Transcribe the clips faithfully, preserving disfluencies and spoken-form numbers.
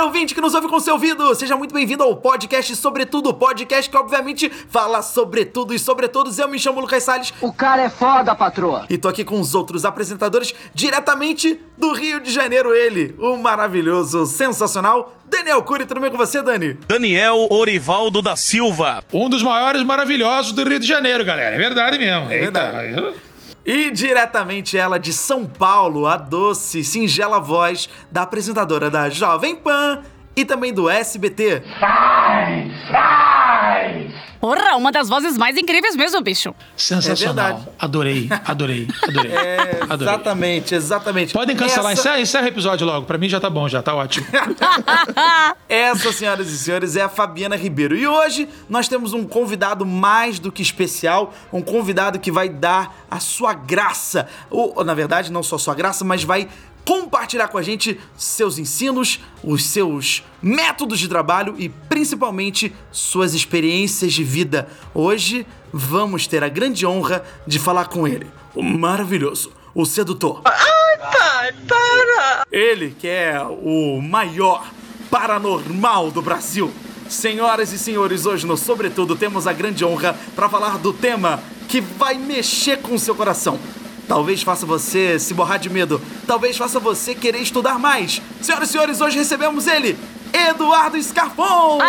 ouvinte que nos ouve com seu ouvido, seja muito bem-vindo ao podcast Sobretudo, podcast que obviamente fala sobre tudo e sobre todos. Eu me chamo Lucas Salles. O cara é foda, patroa. E tô aqui com os outros apresentadores diretamente do Rio de Janeiro, ele, o maravilhoso, sensacional Daniel Cury. Tudo bem com você, Dani? Daniel Orivaldo da Silva. Um dos maiores maravilhosos do Rio de Janeiro, galera. É verdade mesmo. É verdade. Eita. E diretamente ela de São Paulo, a doce, singela voz da apresentadora da Jovem Pan e também do S B T. Sai, sai! Porra, uma das vozes mais incríveis mesmo, bicho. Sensacional. É adorei, adorei, adorei. É, adorei. Exatamente, exatamente. Podem cancelar, Essa... encerra, encerra o episódio logo. Pra mim já tá bom, já tá ótimo. Essa, senhoras e senhores, é a Fabiana Ribeiro. E hoje nós temos um convidado mais do que especial, um convidado que vai dar a sua graça. Ou, na verdade, não só a sua graça, mas vai compartilhar com a gente seus ensinos, os seus métodos de trabalho e principalmente suas experiências de vida. Hoje vamos ter a grande honra de falar com ele, o maravilhoso, o sedutor. Ai, pai, para! Ele que é o maior paranormal do Brasil. Senhoras e senhores, hoje no Sobretudo temos a grande honra para falar do tema que vai mexer com o seu coração. Talvez faça você se borrar de medo. Talvez faça você querer estudar mais. Senhoras e senhores, hoje recebemos ele, Eduardo Scarfon!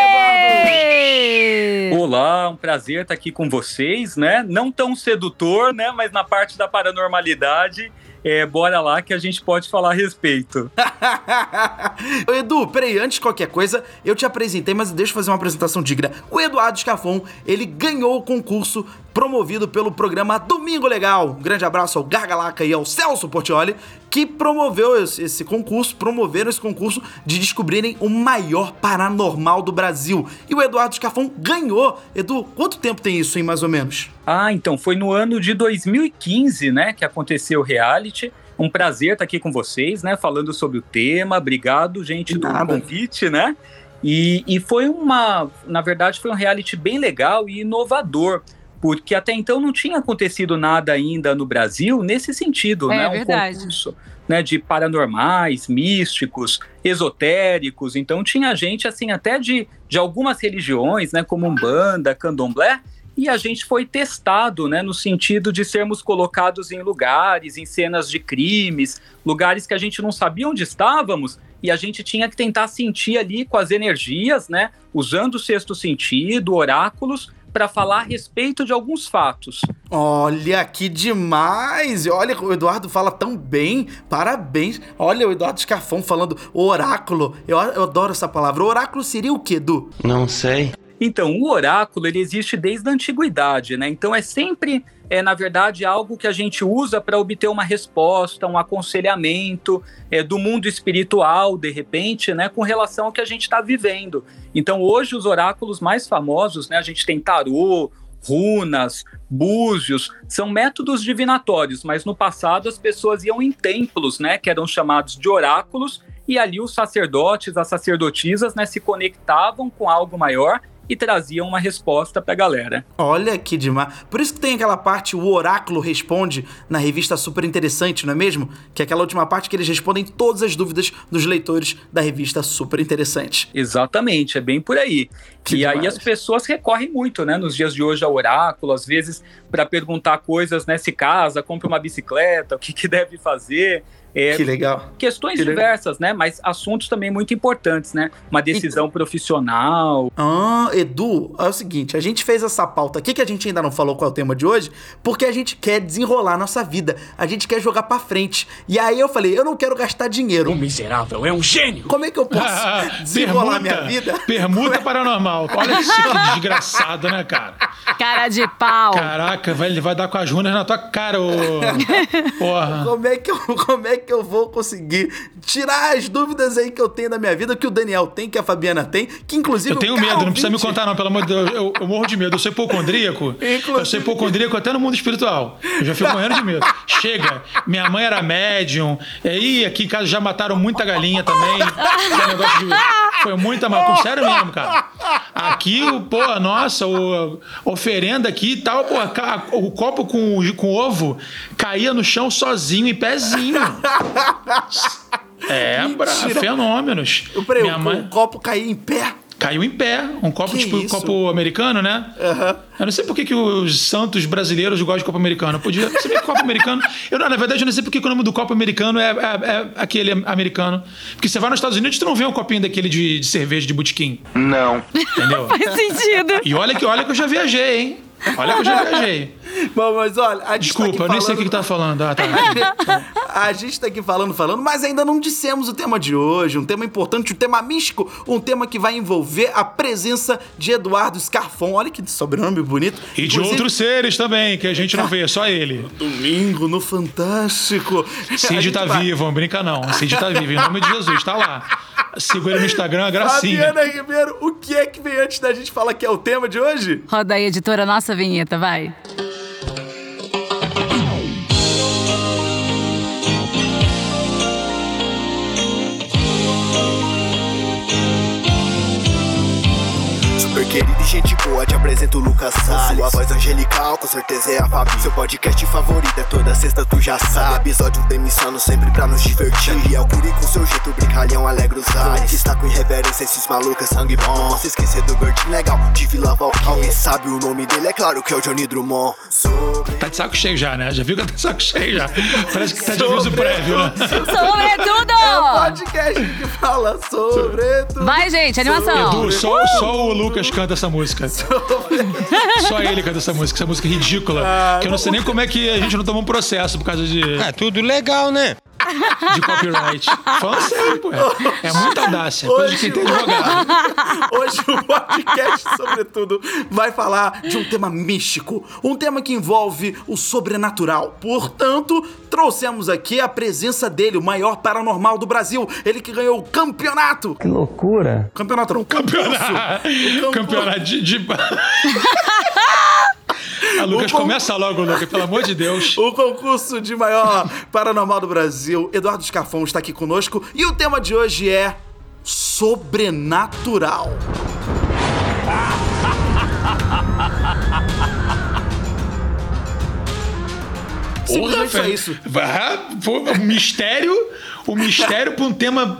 Aê! Olá, um prazer estar aqui com vocês, né? Não tão sedutor, né? Mas na parte da paranormalidade, é, bora lá que a gente pode falar a respeito. Edu, peraí, antes de qualquer coisa, eu te apresentei, mas deixa eu fazer uma apresentação digna. O Eduardo Scarfon, ele ganhou o concurso promovido pelo programa Domingo Legal. Um grande abraço ao Gargalaca e ao Celso Portioli, que promoveu esse, esse concurso, promoveram esse concurso de descobrirem o maior paranormal do Brasil. E o Eduardo Scarfon ganhou. Edu, quanto tempo tem isso, hein, mais ou menos? Ah, então, foi no ano de dois mil e quinze, né, que aconteceu o reality. Um prazer estar aqui com vocês, né, falando sobre o tema. Obrigado, gente, do convite, né? E, e foi uma, na verdade, foi um reality bem legal e inovador, porque até então não tinha acontecido nada ainda no Brasil nesse sentido, é, né? Um verdade. concurso, né, de paranormais, místicos, esotéricos. Então tinha gente, assim, até de, de algumas religiões, né, como Umbanda, Candomblé, e a gente foi testado, né, no sentido de sermos colocados em lugares, em cenas de crimes, lugares que a gente não sabia onde estávamos, e a gente tinha que tentar sentir ali com as energias, né, usando o sexto sentido, oráculos, para falar a respeito de alguns fatos. Olha, que demais! Olha, o Eduardo fala tão bem, parabéns. Olha, o Eduardo Scarfon falando oráculo, eu, eu adoro essa palavra. O oráculo seria o quê, Edu? Não sei. Então, o oráculo, ele existe desde a antiguidade, né? Então, é sempre, é, na verdade, algo que a gente usa para obter uma resposta, um aconselhamento é, do mundo espiritual, de repente, né? Com relação ao que a gente está vivendo. Então, hoje, os oráculos mais famosos, né? A gente tem tarô, runas, búzios, são métodos divinatórios, mas no passado as pessoas iam em templos, né? Que eram chamados de oráculos, e ali os sacerdotes, as sacerdotisas, né? Se conectavam com algo maior e traziam uma resposta pra galera. Olha que demais. Por isso que tem aquela parte, o Oráculo Responde, na revista Super Interessante, não é mesmo? Que é aquela última parte que eles respondem todas as dúvidas dos leitores da revista Super Interessante. Exatamente, é bem por aí. Que e demais. aí as pessoas recorrem muito, né, nos dias de hoje ao oráculo, às vezes para perguntar coisas, né, se casa, compra uma bicicleta, o que, que deve fazer. É, que legal. Questões que diversas, legal. né? Mas assuntos também muito importantes, né? Uma decisão e... profissional. Ah, Edu, é o seguinte, a gente fez essa pauta aqui, que a gente ainda não falou qual é o tema de hoje, porque a gente quer desenrolar a nossa vida, a gente quer jogar pra frente. E aí eu falei, eu não quero gastar dinheiro. O miserável é um gênio! Como é que eu posso desenrolar permuta, minha vida? Permuta paranormal. Olha esse que desgraçado, né, cara? Cara de pau. Caraca, vai, ele vai dar com as runas na tua cara, ô... Porra. Como é que eu... Como é que eu vou conseguir tirar as dúvidas aí que eu tenho da minha vida, que o Daniel tem, que a Fabiana tem, que inclusive... Eu tenho o medo, Carl não precisa vinte... me contar não, pelo amor de Deus, eu, eu morro de medo, eu sou hipocondríaco, inclusive... eu sou hipocondríaco até no mundo espiritual, eu já fico morrendo de medo. Chega, minha mãe era médium, e aí aqui em casa já mataram muita galinha também, foi, um negócio de... foi muita maconha, sério mesmo, cara. Aqui, o, pô, nossa, o, oferenda aqui e tal, pô, o copo com, com ovo caía no chão sozinho, em pezinho. É, bra- fenômenos. Eu, peraí, Minha o, mãe o copo caiu em pé? caiu em pé. Um copo, Que tipo, isso? copo americano, né? Aham. Eu não sei por que, que os santos brasileiros gostam de copo americano. Eu podia. Você vê que copo americano. Eu, na verdade, eu não sei por que que o nome do copo americano é, é, é aquele americano. Porque você vai nos Estados Unidos, tu não vê um copinho daquele de, de cerveja de botequim. Não. Entendeu? Faz sentido. E olha que, olha que eu já viajei, hein? Olha que eu já viajei. Bom, mas olha, a gente Desculpa, tá eu aqui nem sei o que, que tá falando. Ah, tá. A gente tá aqui falando, falando, mas ainda não dissemos o tema de hoje. Um tema importante, um tema místico, um tema que vai envolver a presença de Eduardo Scarfon. Olha que sobrenome bonito. E de Inclusive, outros seres também, que a gente não vê, só ele. Domingo no Fantástico. A Cid gente tá vai- vivo, não brinca não. Cid tá vivo, em nome de Jesus, tá lá. Siga ele no Instagram, gracinha. Fabiana Ribeiro, o que é que vem antes da gente falar que é o tema de hoje? Roda aí, editora, nossa vinheta, vai. Super querido e gente boa, te apresento o Lucas Salles. Sua voz angelical, com certeza é a Fabi. Seu podcast favorito é toda sexta, tu já sabe. Episódio demissando sempre pra nos divertir. E ao curi com seu jeito, brincalhão, alegre os ares. Está com irreverência, esses malucos, sangue bom. Não se esquecer do gordinho legal, de Vila Valquíria. Alguém sabe o nome dele, é claro que é o Johnny Drummond. Sobre... Tá de saco cheio já, né? Já viu que tá de saco cheio já. Parece que tá de aviso prévio, né? Sobretudo! É o podcast que fala sobre tudo. Vai, gente, animação. Edu, só, só o Lucas canta essa música. Só ele canta essa música, essa música ridícula. Que eu não sei nem como é que a gente não tomou um processo por causa de, É tudo legal, né? de copyright. Falando sério, pô. É muita audácia. Coisa de quem tem advogado. Hoje o podcast, sobretudo, vai falar de um tema místico, um tema que envolve o sobrenatural. Portanto, trouxemos aqui a presença dele, o maior paranormal do Brasil, ele que ganhou o campeonato. Que loucura. Campeonato não, Campeonato. concurso. Campeonato de. de... A Lucas, O con- começa logo, Lucas, pelo amor de Deus. O concurso de maior paranormal do Brasil, Eduardo Scarfon está aqui conosco e o tema de hoje é sobrenatural. Simplesmente só isso. Ah, pô, o mistério, o mistério pra um tema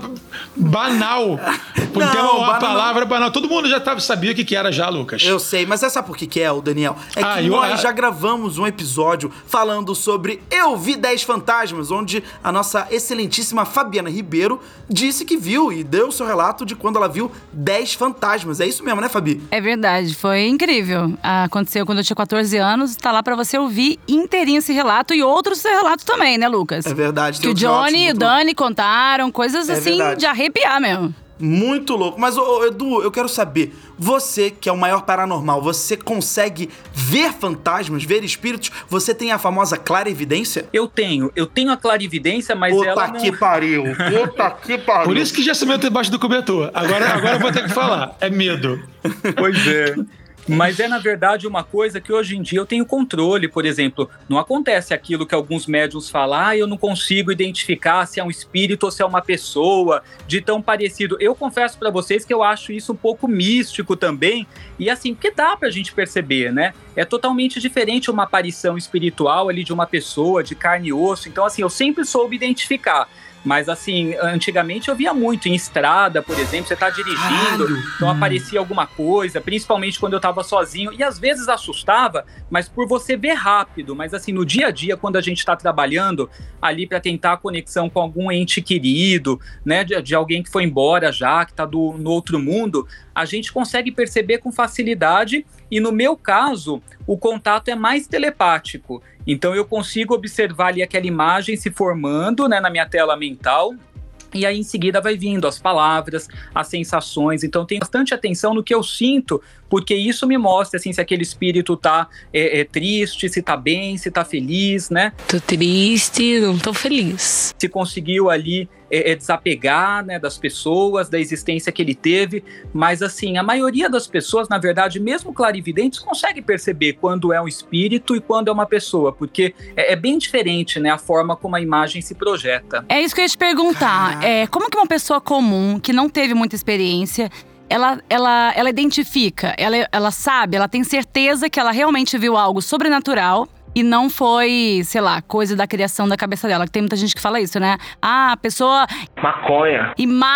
banal. Pra um Não, tema, uma banal. palavra banal. Todo mundo já tava, sabia o que, que era já, Lucas. Eu sei, mas é sabe por que que é, o Daniel? É Ah, que eu- nós ah. já gravamos um episódio falando sobre Eu Vi dez Fantasmas, onde a nossa excelentíssima Fabiana Ribeiro disse que viu e deu o seu relato de quando ela viu dez fantasmas. É isso mesmo, né, Fabi? É verdade, foi incrível. Ah, aconteceu quando eu tinha quatorze anos, tá lá pra você ouvir inteirinho esse relato e outros relatos também, né, Lucas? É verdade. Que tem o uns Johnny relatos e o muito- Dani contaram, coisas É assim verdade. de arrepiar mesmo. Muito louco. Mas, ô, ô, Edu, eu quero saber, você que é o maior paranormal, você consegue ver fantasmas, ver espíritos? Você tem a famosa clarividência? Eu tenho, eu tenho a clarividência, mas Puta ela não... que pariu. Puta que pariu. Por isso que já se meteu debaixo do cobertor. Agora, agora eu vou ter que falar. É medo. Pois é. Mas é, na verdade, uma coisa que hoje em dia eu tenho controle. Por exemplo, não acontece aquilo que alguns médiuns falam, ah, eu não consigo identificar se é um espírito ou se é uma pessoa, de tão parecido. Eu confesso pra vocês que eu acho isso um pouco místico também, e assim, porque dá pra gente perceber, né? É totalmente diferente uma aparição espiritual ali de uma pessoa, de carne e osso. Então, assim, eu sempre soube identificar. Mas, assim, antigamente eu via muito em estrada, por exemplo, você tá dirigindo, Caralho. então aparecia alguma coisa, principalmente quando eu tava sozinho, e às vezes assustava, mas por você ver rápido. Mas, assim, no dia a dia, quando a gente tá trabalhando ali para tentar a conexão com algum ente querido, né, de, de alguém que foi embora já, que tá do, no outro mundo, a gente consegue perceber com facilidade, e no meu caso, o contato é mais telepático. Então eu consigo observar ali aquela imagem se formando, né, na minha tela mental, e aí em seguida vai vindo as palavras, as sensações. Então tenho bastante atenção no que eu sinto, porque isso me mostra assim, se aquele espírito tá é, é, triste, se tá bem, se tá feliz, né? Tô triste, não tô feliz. Se conseguiu ali é, é, desapegar, né, das pessoas, da existência que ele teve. Mas assim, a maioria das pessoas, na verdade, mesmo clarividentes, consegue perceber quando é um espírito e quando é uma pessoa, porque é, é bem diferente, né, a forma como a imagem se projeta. É isso que eu ia te perguntar. É, como que uma pessoa comum, que não teve muita experiência, ela, ela, ela identifica, ela, ela sabe, ela tem certeza que ela realmente viu algo sobrenatural e não foi, sei lá, coisa da criação da cabeça dela. Tem muita gente que fala isso, né? Ah, a pessoa Maconha.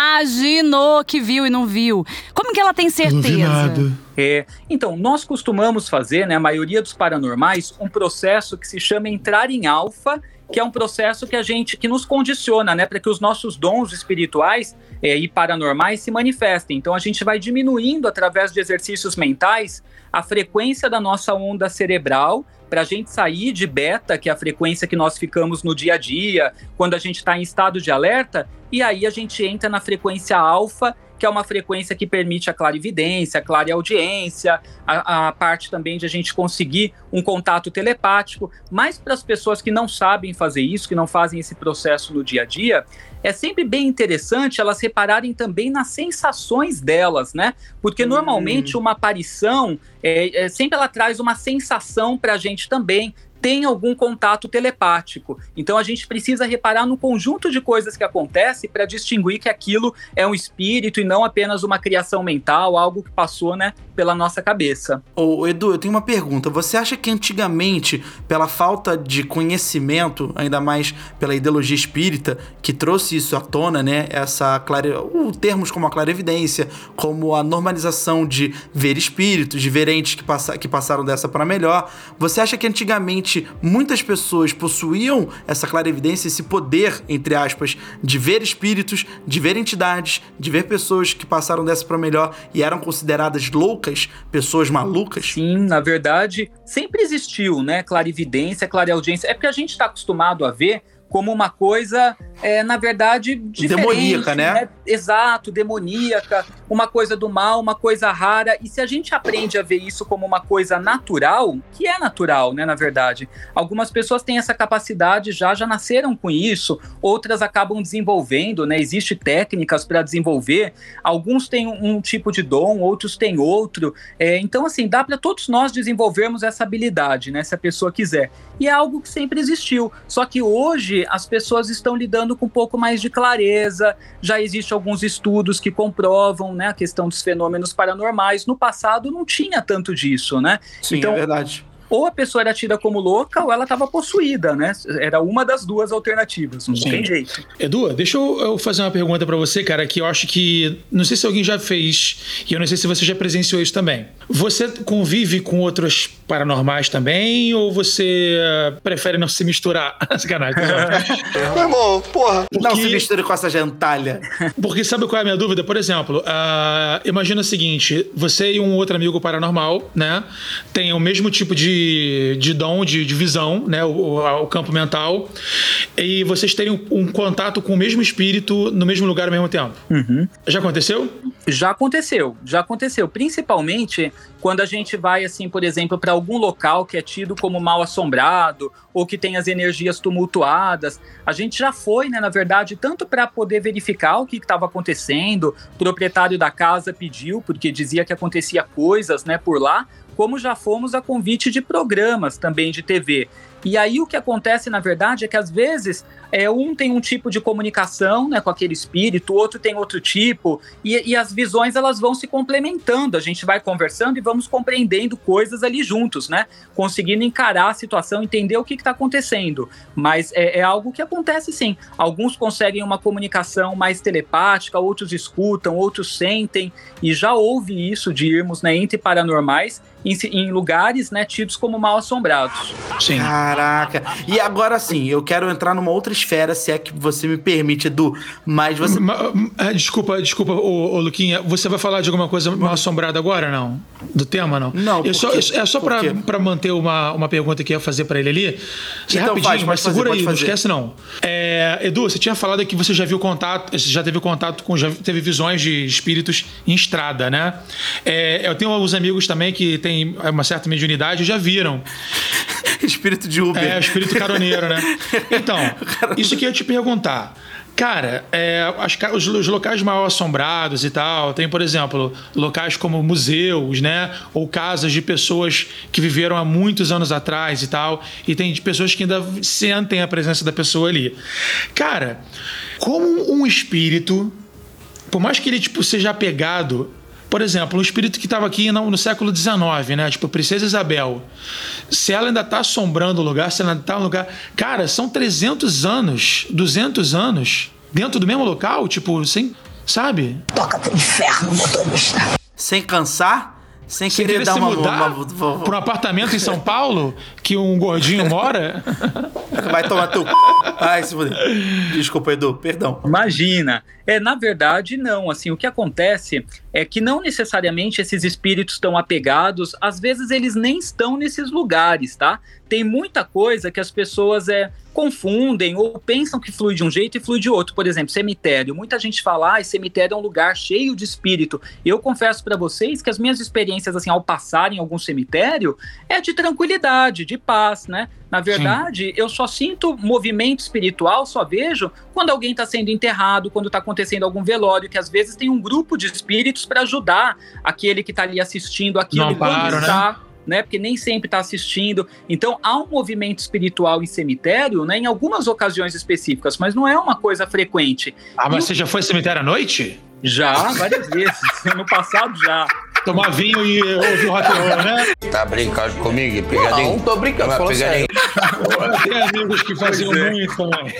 imaginou que viu e não viu. Como que ela tem certeza? Não vi nada. É, então, nós costumamos fazer, né, a maioria dos paranormais, um processo que se chama entrar em alfa, que é um processo que a gente, que nos condiciona, né, para que os nossos dons espirituais é, e paranormais se manifestem. Então a gente vai diminuindo, através de exercícios mentais, a frequência da nossa onda cerebral, para a gente sair de beta, que é a frequência que nós ficamos no dia a dia, quando a gente está em estado de alerta, e aí a gente entra na frequência alfa, que é uma frequência que permite a clarividência, a clareaudiência, a, a parte também de a gente conseguir um contato telepático. Mas para as pessoas que não sabem fazer isso, que não fazem esse processo no dia a dia, é sempre bem interessante elas repararem também nas sensações delas, né? Porque normalmente uma aparição, é, é, sempre ela traz uma sensação para a gente também, tem algum contato telepático. Então a gente precisa reparar no conjunto de coisas que acontece para distinguir que aquilo é um espírito e não apenas uma criação mental, algo que passou, né, pela nossa cabeça. Ô, Edu, eu tenho uma pergunta. Você acha que antigamente, pela falta de conhecimento, ainda mais pela ideologia espírita, que trouxe isso à tona, né, essa clare... uh, termos como a clarevidência, como a normalização de ver espíritos, de ver entes que, passa... que passaram dessa para melhor, você acha que antigamente muitas pessoas possuíam essa clarevidência, esse poder, entre aspas, de ver espíritos, de ver entidades, de ver pessoas que passaram dessa para melhor e eram consideradas loucas, pessoas malucas? Sim, na verdade, sempre existiu, né, clarividência, clareaudiência. É porque a gente está acostumado a ver como uma coisa, é, na verdade, diferente. Demoníaca, né? né? Exato, demoníaca, uma coisa do mal, uma coisa rara. E se a gente aprende a ver isso como uma coisa natural, que é natural, né, na verdade. Algumas pessoas têm essa capacidade, já, já nasceram com isso, outras acabam desenvolvendo, né? Existem técnicas para desenvolver. Alguns têm um, um tipo de dom, outros têm outro. É, então, assim, dá para todos nós desenvolvermos essa habilidade, né, se a pessoa quiser. E é algo que sempre existiu. Só que hoje as pessoas estão lidando com um pouco mais de clareza, já existem alguns estudos que comprovam, né, a questão dos fenômenos paranormais. No passado não tinha tanto disso, né? Sim, então, é verdade. Ou a pessoa era tida como louca ou ela estava possuída, né? Era uma das duas alternativas, não Sim. tem jeito. Edu, deixa eu, eu fazer uma pergunta pra você, cara, que eu acho que, não sei se alguém já fez, e eu não sei se você já presenciou isso também. Você convive com outros paranormais também, ou você uh, prefere não se misturar? Sacanagem. Meu irmão, porra. Não Porque- se misture com essa gentalha. Porque sabe qual é a minha dúvida? Por exemplo, uh, imagina o seguinte, você e um outro amigo paranormal, né, tem o mesmo tipo de, de dom, de, de visão, né, o, o campo mental, e vocês terem um, um contato com o mesmo espírito no mesmo lugar ao mesmo tempo. Uhum. Já aconteceu? Já aconteceu, já aconteceu. Principalmente quando a gente vai, assim, por exemplo, para algum local que é tido como mal assombrado ou que tem as energias tumultuadas. A gente já foi, né, na verdade, tanto para poder verificar o que estava acontecendo, o proprietário da casa pediu, porque dizia que acontecia coisas, né, por lá, como já fomos a convite de programas também de T V. E aí o que acontece, na verdade, é que às vezes é, um tem um tipo de comunicação, né, com aquele espírito, o outro tem outro tipo, e, e as visões elas vão se complementando, a gente vai conversando e vamos compreendendo coisas ali juntos, né, conseguindo encarar a situação, entender o que está acontecendo. Mas é, é algo que acontece sim, alguns conseguem uma comunicação mais telepática, outros escutam, outros sentem, e já houve isso de irmos, né, entre paranormais em, em lugares, né, tidos como mal assombrados. Sim. Caraca. E agora sim, eu quero entrar numa outra esfera, se é que você me permite, Edu. Mas você... Ma- ma- Desculpa, desculpa, ô, ô, Luquinha, você vai falar de alguma coisa mal assombrada agora, não? Do tema, não? Não, Eu por só, quê? É só Por pra, quê? pra manter uma, uma pergunta que eu ia fazer pra ele ali. Então Rapidinho, faz, pode mas fazer, segura pode aí, não fazer. esquece não. É, Edu, você tinha falado que você já viu contato, você já teve contato com, já teve visões de espíritos em estrada, né? É, eu tenho alguns amigos também que têm uma certa mediunidade e já viram. Espírito de Uber. É, espírito caroneiro, né? Então, isso que eu ia te perguntar. Cara, é, as ca- os, os locais mal assombrados e tal, tem, por exemplo, locais como museus, né? Ou casas de pessoas que viveram há muitos anos atrás e tal, e tem de pessoas que ainda sentem a presença da pessoa ali. Cara, como um espírito, por mais que ele tipo, seja apegado Por exemplo, um espírito que estava aqui no, no século dezenove, né? Tipo, a Princesa Isabel. Se ela ainda está assombrando o lugar, se ela ainda está no lugar... Cara, são trezentos anos, duzentos anos dentro do mesmo local, tipo, sem... Sabe? Toca pro inferno, motorista. Sem cansar? Sem, Sem querer, querer dar se uma, mudar uma, uma, uma... para um apartamento em São Paulo que um gordinho mora. Vai tomar tu. Ai, se fuder. Desculpa, Edu, perdão. Imagina. É, na verdade, não. Assim, o que acontece é que não necessariamente esses espíritos estão apegados, às vezes eles nem estão nesses lugares, tá? Tem muita coisa que as pessoas é, confundem ou pensam que flui de um jeito e flui de outro. Por exemplo, cemitério. Muita gente fala, ah, cemitério é um lugar cheio de espírito. Eu confesso para vocês que as minhas experiências, assim, ao passar em algum cemitério, é de tranquilidade, de paz, né? Na verdade, Sim. eu só sinto movimento espiritual, só vejo quando alguém está sendo enterrado, quando está acontecendo algum velório, que às vezes tem um grupo de espíritos para ajudar aquele que está ali assistindo aquilo. Não paro, está, né? né? Porque nem sempre está assistindo. Então, há um movimento espiritual em cemitério, né? Em algumas ocasiões específicas, mas não é uma coisa frequente. Ah, mas e você já foi cemitério à noite? Já, várias vezes. No passado, já. Tomar vinho e ouvir o rock and roll, né? Tá brincando comigo? Pegadinha? Não, tô brincando. Uma pegadinha. Tem amigos que faziam é. muito também.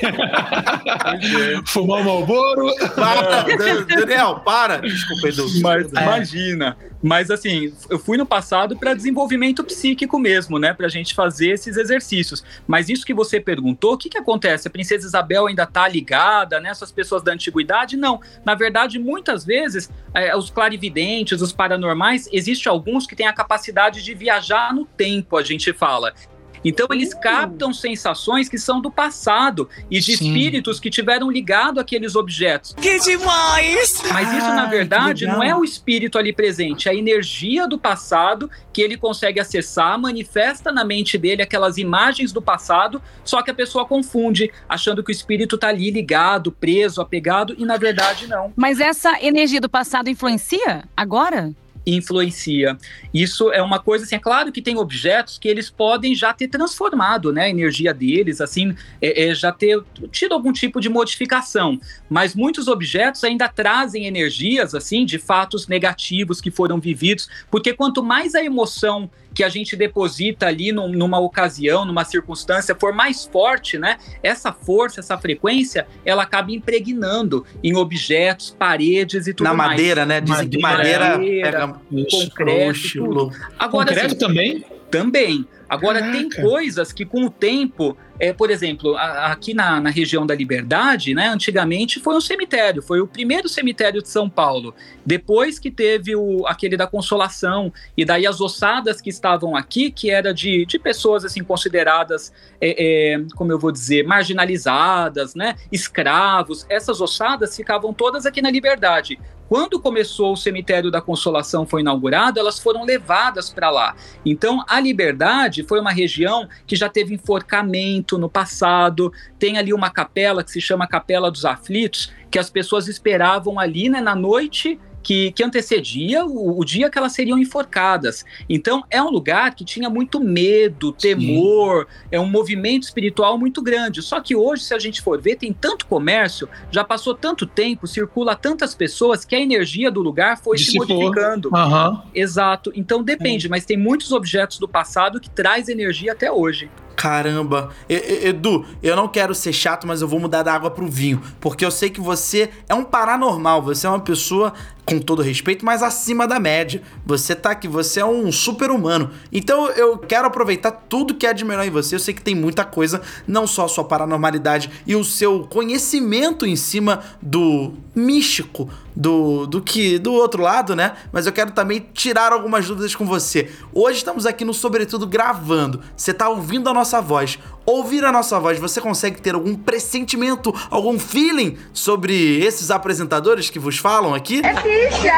Fumar um Marlboro. Para, Daniel, para. Desculpa, Edu. Mas é. Imagina. Mas assim, eu fui no passado para desenvolvimento psíquico mesmo, né? Pra gente fazer esses exercícios. Mas isso que você perguntou, o que que acontece? A Princesa Isabel ainda tá ligada, né? Essas pessoas da antiguidade? Não. Na verdade, muitas vezes, é, os clarividentes, os paranormais, existem alguns que têm a capacidade de viajar no tempo, a gente fala. Então eles captam sensações que são do passado e de Sim. espíritos que tiveram ligado àqueles objetos. Que demais! Mas isso, na verdade, não é o espírito ali presente, é a energia do passado que ele consegue acessar, manifesta na mente dele aquelas imagens do passado, só que a pessoa confunde, achando que o espírito tá ali ligado, preso, apegado, e na verdade não. Mas essa energia do passado influencia agora? Influencia. Isso é uma coisa, assim, é claro que tem objetos que eles podem já ter transformado, né, a energia deles, assim, é, é, já ter tido algum tipo de modificação, mas muitos objetos ainda trazem energias, assim, de fatos negativos que foram vividos, porque quanto mais a emoção que a gente deposita ali num, numa ocasião, numa circunstância, for mais forte, né? Essa força, essa frequência, ela acaba impregnando em objetos, paredes e tudo Na mais. Na madeira, né? Dizem que madeira, madeira pega concreto, tudo. Agora, concreto assim, também? Também. Agora, Caraca. Tem coisas que com o tempo, é, por exemplo, a, aqui na, na região da Liberdade, né, antigamente foi um cemitério, foi o primeiro cemitério de São Paulo. Depois que teve o, aquele da Consolação, e daí as ossadas que estavam aqui, que era de, de pessoas assim consideradas, é, é, como eu vou dizer, marginalizadas, né, escravos, essas ossadas ficavam todas aqui na Liberdade. Quando começou o cemitério da Consolação, foi inaugurado, elas foram levadas para lá. Então, a Liberdade foi uma região que já teve enforcamento no passado, tem ali uma capela que se chama Capela dos Aflitos, que as pessoas esperavam ali, né, na noite que, que antecedia o, o dia que elas seriam enforcadas. Então, é um lugar que tinha muito medo, temor, Sim. é um movimento espiritual muito grande. Só que hoje, se a gente for ver, tem tanto comércio, já passou tanto tempo, circula tantas pessoas, que a energia do lugar foi Dissipou. se modificando. Uhum. Exato. Então, depende, é. mas tem muitos objetos do passado que traz energia até hoje. Caramba. E, e, Edu, eu não quero ser chato, mas eu vou mudar da água pro vinho, porque eu sei que você é um paranormal, você é uma pessoa, com todo respeito, mas acima da média. Você tá aqui, você é um super-humano. Então eu quero aproveitar tudo que é de melhor em você. Eu sei que tem muita coisa, não só a sua paranormalidade e o seu conhecimento em cima do místico, do, do que do outro lado, né? Mas eu quero também tirar algumas dúvidas com você. Hoje estamos aqui no Sobretudo gravando. Você tá ouvindo a nossa voz. Ouvir a nossa voz, você consegue ter algum pressentimento, algum feeling sobre esses apresentadores que vos falam aqui? É ficha!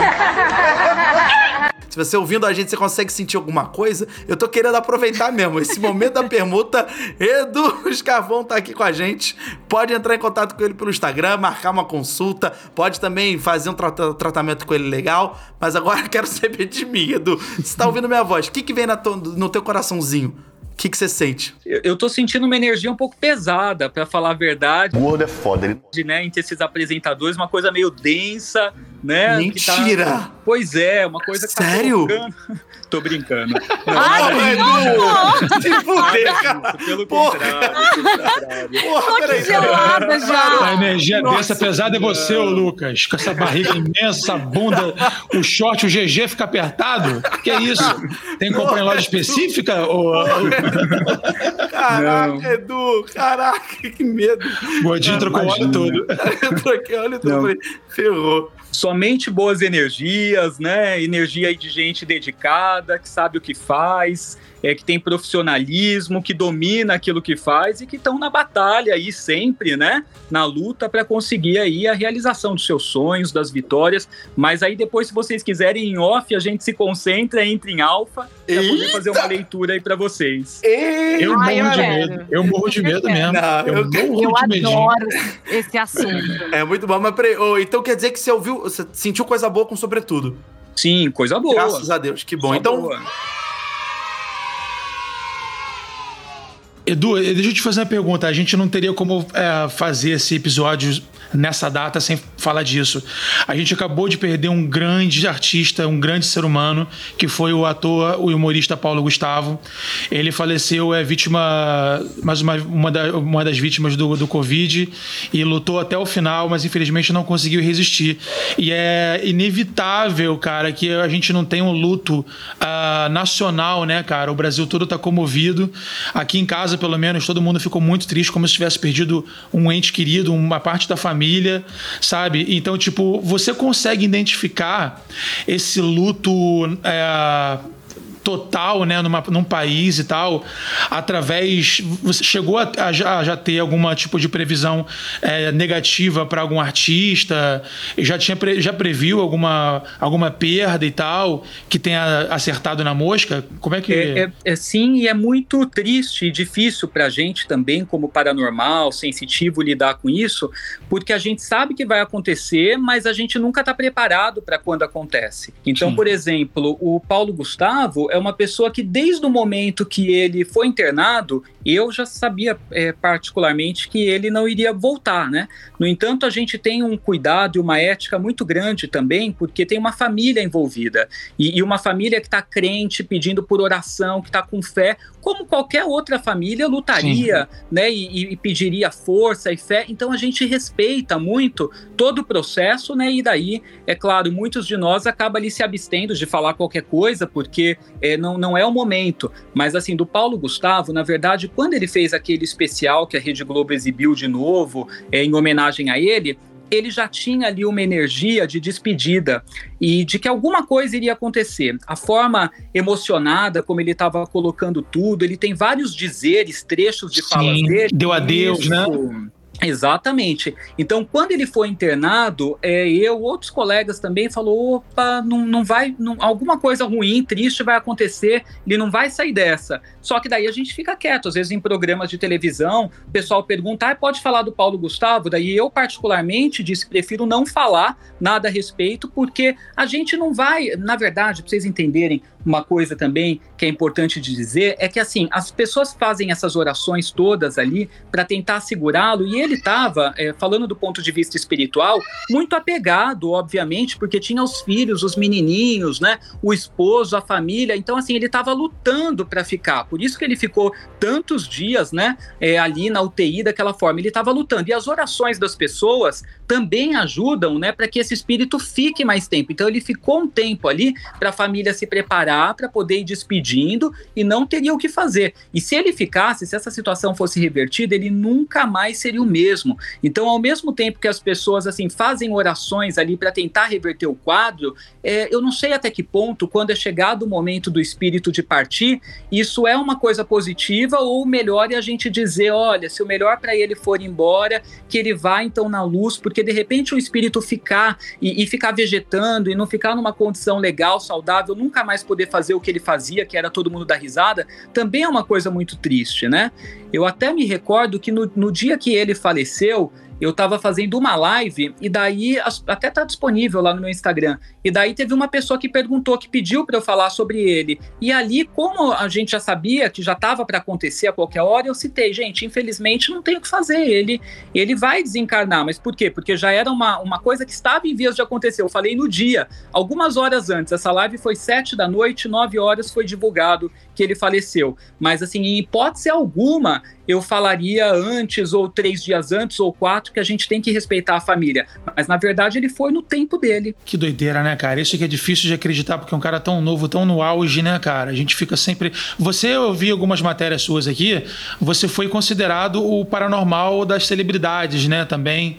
Se você ouvindo a gente, você consegue sentir alguma coisa? Eu tô querendo aproveitar mesmo esse momento da permuta. Edu Scarvão tá aqui com a gente. Pode entrar em contato com ele pelo Instagram, marcar uma consulta. Pode também fazer um tra- tratamento com ele legal. Mas agora eu quero saber de mim, Edu. Você tá ouvindo minha voz? O que que vem na to- no teu coraçãozinho? O que que você sente? Eu, eu tô sentindo uma energia um pouco pesada, pra falar a verdade. O World é foda. Ele... Né, entre esses apresentadores, uma coisa meio densa, né? Mentira! Tá... Pois é, uma coisa que Sério? tá colocando... Tô brincando. Não, Ai, Edu! Se fuder, cara! Pelo Porra. contrário, pelo contrário. Porra, peraí. gelada já. A energia Nossa. dessa pesada é você, ô Lucas. Com essa barriga imensa, essa bunda, o short, o G G fica apertado. Que é isso? Tem que comprar em loja específica? Ou... Caraca, Não. Edu! Caraca, que medo! O Gordinho trocou o óleo todo. Eu troquei óleo todo, Não. falei, ferrou. Somente boas energias, né? Energia aí de gente dedicada, que sabe o que faz, é, que tem profissionalismo, que domina aquilo que faz e que estão na batalha aí sempre, né? Na luta para conseguir aí a realização dos seus sonhos, das vitórias. Mas aí depois, se vocês quiserem, em off, a gente se concentra, entra em alfa para poder fazer uma leitura aí para vocês. Eu Ai, morro de eu medo. quero. Eu morro de medo mesmo. Não, eu eu- morro Eu de medinho. adoro esse assunto. É muito bom, mas peraí. ô, então quer dizer que você ouviu, você sentiu coisa boa com Sobretudo? Sim, coisa boa. Graças a Deus, que bom. Só Então, boa. Edu, deixa eu te fazer uma pergunta. A gente não teria como é, fazer esse episódio nessa data sem falar disso. A gente acabou de perder um grande artista, um grande ser humano, que foi o ator, o humorista Paulo Gustavo. Ele faleceu, é vítima, mais uma, uma, da, uma das vítimas do, do Covid, e lutou até o final, mas infelizmente não conseguiu resistir. E é inevitável, cara, que a gente não tenha um luto uh, nacional, né, cara? O Brasil todo tá comovido. Aqui em casa, pelo menos, todo mundo ficou muito triste, como se tivesse perdido um ente querido, uma parte da família, sabe? Então, tipo, você consegue identificar esse luto é, total, né, numa, num país e tal, através... Você chegou a, a já, já ter alguma tipo de previsão é, negativa para algum artista? Já, tinha, já previu alguma, alguma perda e tal, que tenha acertado na mosca? Como é que... É, é, é, sim, e é muito triste e difícil para a gente também, como paranormal, sensitivo, lidar com isso, porque a gente sabe que vai acontecer, mas a gente nunca está preparado para quando acontece. Então, Sim. por exemplo, o Paulo Gustavo é uma pessoa que desde o momento que ele foi internado, eu já sabia é, particularmente que ele não iria voltar, né? No entanto, a gente tem um cuidado e uma ética muito grande também, porque tem uma família envolvida, e, e uma família que está crente, pedindo por oração, que está com fé, como qualquer outra família lutaria, Sim. né? E, e pediria força e fé. Então a gente respeita muito todo o processo, né? E daí, é claro, muitos de nós acabam ali se abstendo de falar qualquer coisa, porque é, não, não é o momento. Mas assim, do Paulo Gustavo, na verdade, quando ele fez aquele especial que a Rede Globo exibiu de novo, é, em homenagem a ele, ele já tinha ali uma energia de despedida e de que alguma coisa iria acontecer. A forma emocionada como ele estava colocando tudo, ele tem vários dizeres, trechos de falas dele. Deu adeus, Isso. né? Exatamente. Então, quando ele foi internado, é, eu, outros colegas também falou, opa, não, não vai, não, alguma coisa ruim, triste vai acontecer, ele não vai sair dessa. Só que daí a gente fica quieto, às vezes em programas de televisão, o pessoal pergunta, ah, pode falar do Paulo Gustavo? Daí eu particularmente disse, prefiro não falar nada a respeito, porque a gente não vai, na verdade, para vocês entenderem, uma coisa também que é importante de dizer é que assim, as pessoas fazem essas orações todas ali para tentar segurá-lo, e ele estava, é, falando do ponto de vista espiritual, muito apegado, obviamente, porque tinha os filhos, os menininhos, né, o esposo, a família, então assim, ele estava lutando para ficar, por isso que ele ficou tantos dias, né, é, ali na U T I daquela forma, ele estava lutando, e as orações das pessoas também ajudam, né, para que esse espírito fique mais tempo, então ele ficou um tempo ali para a família se preparar para poder ir despedindo e não teria o que fazer. E se ele ficasse, se essa situação fosse revertida, ele nunca mais seria o mesmo. Então, ao mesmo tempo que as pessoas assim fazem orações ali para tentar reverter o quadro, é, eu não sei até que ponto, quando é chegado o momento do espírito de partir, isso é uma coisa positiva ou o melhor é a gente dizer, olha, se o melhor para ele for embora, que ele vá então na luz, porque de repente o espírito ficar e, e ficar vegetando e não ficar numa condição legal, saudável, nunca mais poder fazer o que ele fazia, que era todo mundo dar risada, também é uma coisa muito triste, né? Eu até me recordo que no, no dia que ele faleceu, eu estava fazendo uma live e daí, até tá disponível lá no meu Instagram, e daí teve uma pessoa que perguntou, que pediu para eu falar sobre ele, e ali, como a gente já sabia que já estava para acontecer a qualquer hora, eu citei, gente, infelizmente não tem o que fazer, ele, ele vai desencarnar, mas por quê? Porque já era uma, uma coisa que estava em vias de acontecer, eu falei no dia, algumas horas antes, essa live foi sete da noite, nove horas foi divulgado que ele faleceu, mas assim, em hipótese alguma, eu falaria antes, ou três dias antes, ou quatro, que a gente tem que respeitar a família. Mas, na verdade, ele foi no tempo dele. Que doideira, né, cara? Isso que é difícil de acreditar, porque é um cara tão novo, tão no auge, né, cara? A gente fica sempre... Você, eu vi algumas matérias suas aqui, você foi considerado o paranormal das celebridades, né, também.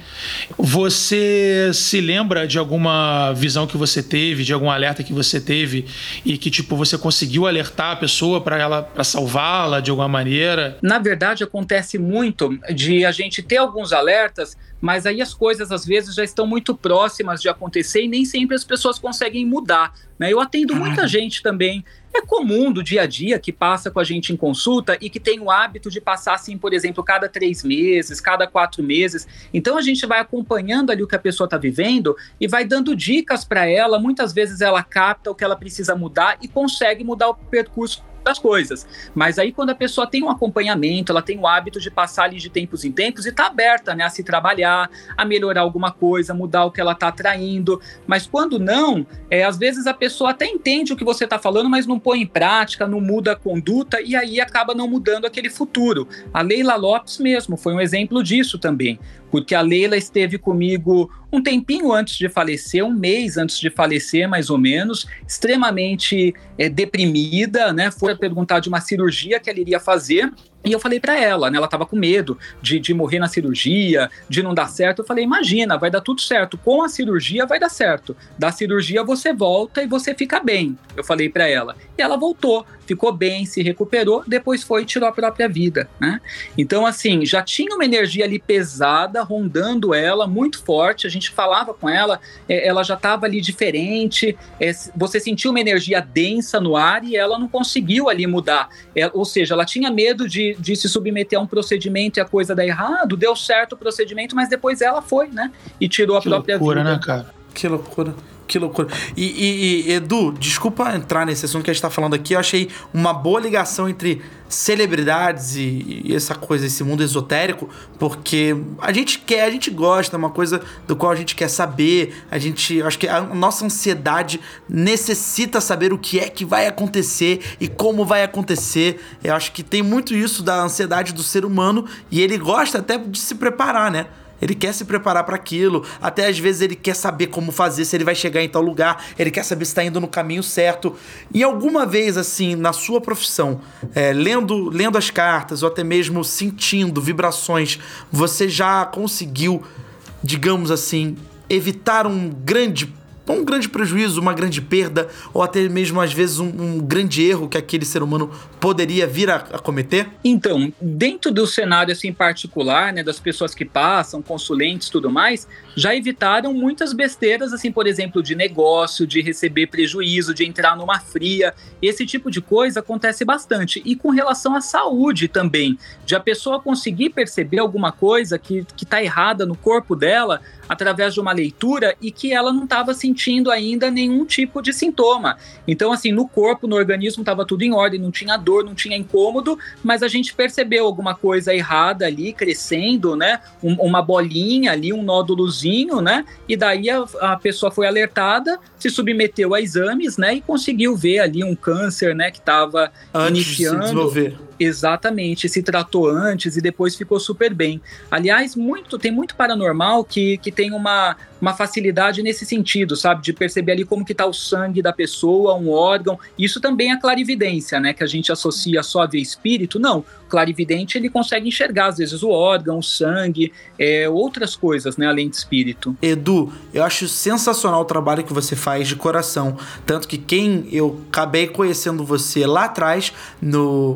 Você se lembra de alguma visão que você teve, de algum alerta que você teve, e que, tipo, você conseguiu alertar a pessoa para ela, para salvá-la de alguma maneira? Na verdade, acontece muito de a gente ter alguns alertas, mas aí as coisas às vezes já estão muito próximas de acontecer e nem sempre as pessoas conseguem mudar, né? Eu atendo muita gente também, é comum do dia a dia, que passa com a gente em consulta e que tem o hábito de passar assim, por exemplo, cada três meses, cada quatro meses. Então a gente vai acompanhando ali o que a pessoa está vivendo e vai dando dicas para ela, muitas vezes ela capta o que ela precisa mudar e consegue mudar o percurso das coisas, mas aí quando a pessoa tem um acompanhamento, ela tem o hábito de passar ali de tempos em tempos e tá aberta, né, a se trabalhar, a melhorar alguma coisa, mudar o que ela tá atraindo, mas quando não, é, às vezes a pessoa até entende o que você tá falando, mas não põe em prática, não muda a conduta e aí acaba não mudando aquele futuro. A Leila Lopes mesmo foi um exemplo disso também, porque a Leila esteve comigo um tempinho antes de falecer, um mês antes de falecer, mais ou menos, extremamente é, deprimida, né? Foi perguntar de uma cirurgia que ela iria fazer. E eu falei pra ela, né, ela tava com medo de, de morrer na cirurgia, de não dar certo. Eu falei, imagina, vai dar tudo certo. Com a cirurgia vai dar certo. Da cirurgia você volta e você fica bem. Eu falei pra ela. E ela voltou, ficou bem, se recuperou, depois foi e tirou a própria vida, né? Então, assim, já tinha uma energia ali pesada, rondando ela, muito forte. A gente falava com ela, é, ela já tava ali diferente. É, você sentiu uma energia densa no ar e ela não conseguiu ali mudar. É, ou seja, ela tinha medo de de se submeter a um procedimento e a coisa dar errado, deu certo o procedimento, mas depois ela foi, né? E tirou a que própria loucura, vida. Né, cara? Que loucura. Que loucura. E, e, e, Edu, desculpa entrar nesse assunto que a gente tá falando aqui, eu achei uma boa ligação entre celebridades e, e essa coisa, esse mundo esotérico, porque a gente quer, a gente gosta, é uma coisa do qual a gente quer saber, a gente, acho que a nossa ansiedade necessita saber o que é que vai acontecer e como vai acontecer. Eu acho que tem muito isso da ansiedade do ser humano e ele gosta até de se preparar, né? Ele quer se preparar para aquilo, até às vezes ele quer saber como fazer, se ele vai chegar em tal lugar, ele quer saber se está indo no caminho certo. E alguma vez, assim, na sua profissão, é, lendo, lendo as cartas ou até mesmo sentindo vibrações, você já conseguiu, digamos assim, evitar um grande um grande prejuízo, uma grande perda, ou até mesmo, às vezes, um, um grande erro que aquele ser humano poderia vir a, a cometer? Então, dentro do cenário assim, particular, né, das pessoas que passam, consulentes e tudo mais, já evitaram muitas besteiras, assim, por exemplo, de negócio, de receber prejuízo, de entrar numa fria. Esse tipo de coisa acontece bastante. E com relação à saúde também, de a pessoa conseguir perceber alguma coisa que está errada no corpo dela, através de uma leitura, e que ela não estava sentindo ainda nenhum tipo de sintoma. Então, assim, no corpo, no organismo, estava tudo em ordem, não tinha dor, não tinha incômodo, mas a gente percebeu alguma coisa errada ali, crescendo, né? Um, uma bolinha ali, um nódulozinho, né? E daí a, a pessoa foi alertada, se submeteu a exames, né? E conseguiu ver ali um câncer, né? Que estava iniciando. De se desenvolver. Exatamente, se tratou antes e depois ficou super bem. Aliás, muito, tem muito paranormal que, que tem uma, uma facilidade nesse sentido, sabe? De perceber ali como que tá o sangue da pessoa, um órgão. Isso também é clarividência, né? Que a gente associa só a ver espírito. Não, o clarividente ele consegue enxergar, às vezes, o órgão, o sangue, é, outras coisas, né? Além de espírito. Edu, eu acho sensacional o trabalho que você faz de coração. Tanto que quem eu acabei conhecendo você lá atrás, no... Eu falo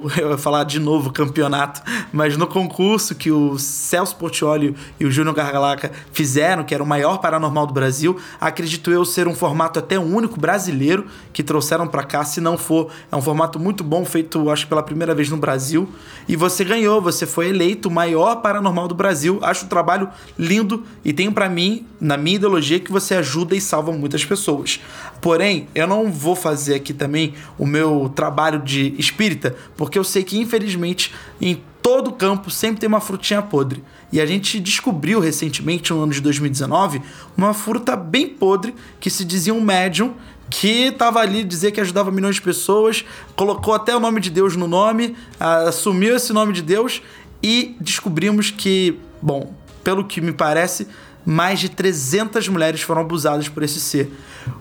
falar de novo campeonato, mas no concurso que o Celso Portiolli e o Júnior Gargalaca fizeram, que era o maior paranormal do Brasil, acredito eu ser um formato até único brasileiro que trouxeram pra cá. Se não for, é um formato muito bom, feito acho que pela primeira vez no Brasil, e você ganhou, você foi eleito o maior paranormal do Brasil. Acho o trabalho lindo e tenho pra mim, na minha ideologia, que você ajuda e salva muitas pessoas. Porém, eu não vou fazer aqui também o meu trabalho de espírita, porque eu sei que infelizmente em todo campo sempre tem uma frutinha podre. E a gente descobriu recentemente, no ano de dois mil e dezenove, uma fruta bem podre que se dizia um médium, que tava ali, dizia que ajudava milhões de pessoas, colocou até o nome de Deus no nome, assumiu esse nome de Deus, e descobrimos que, bom, pelo que me parece, mais de trezentas mulheres foram abusadas por esse ser.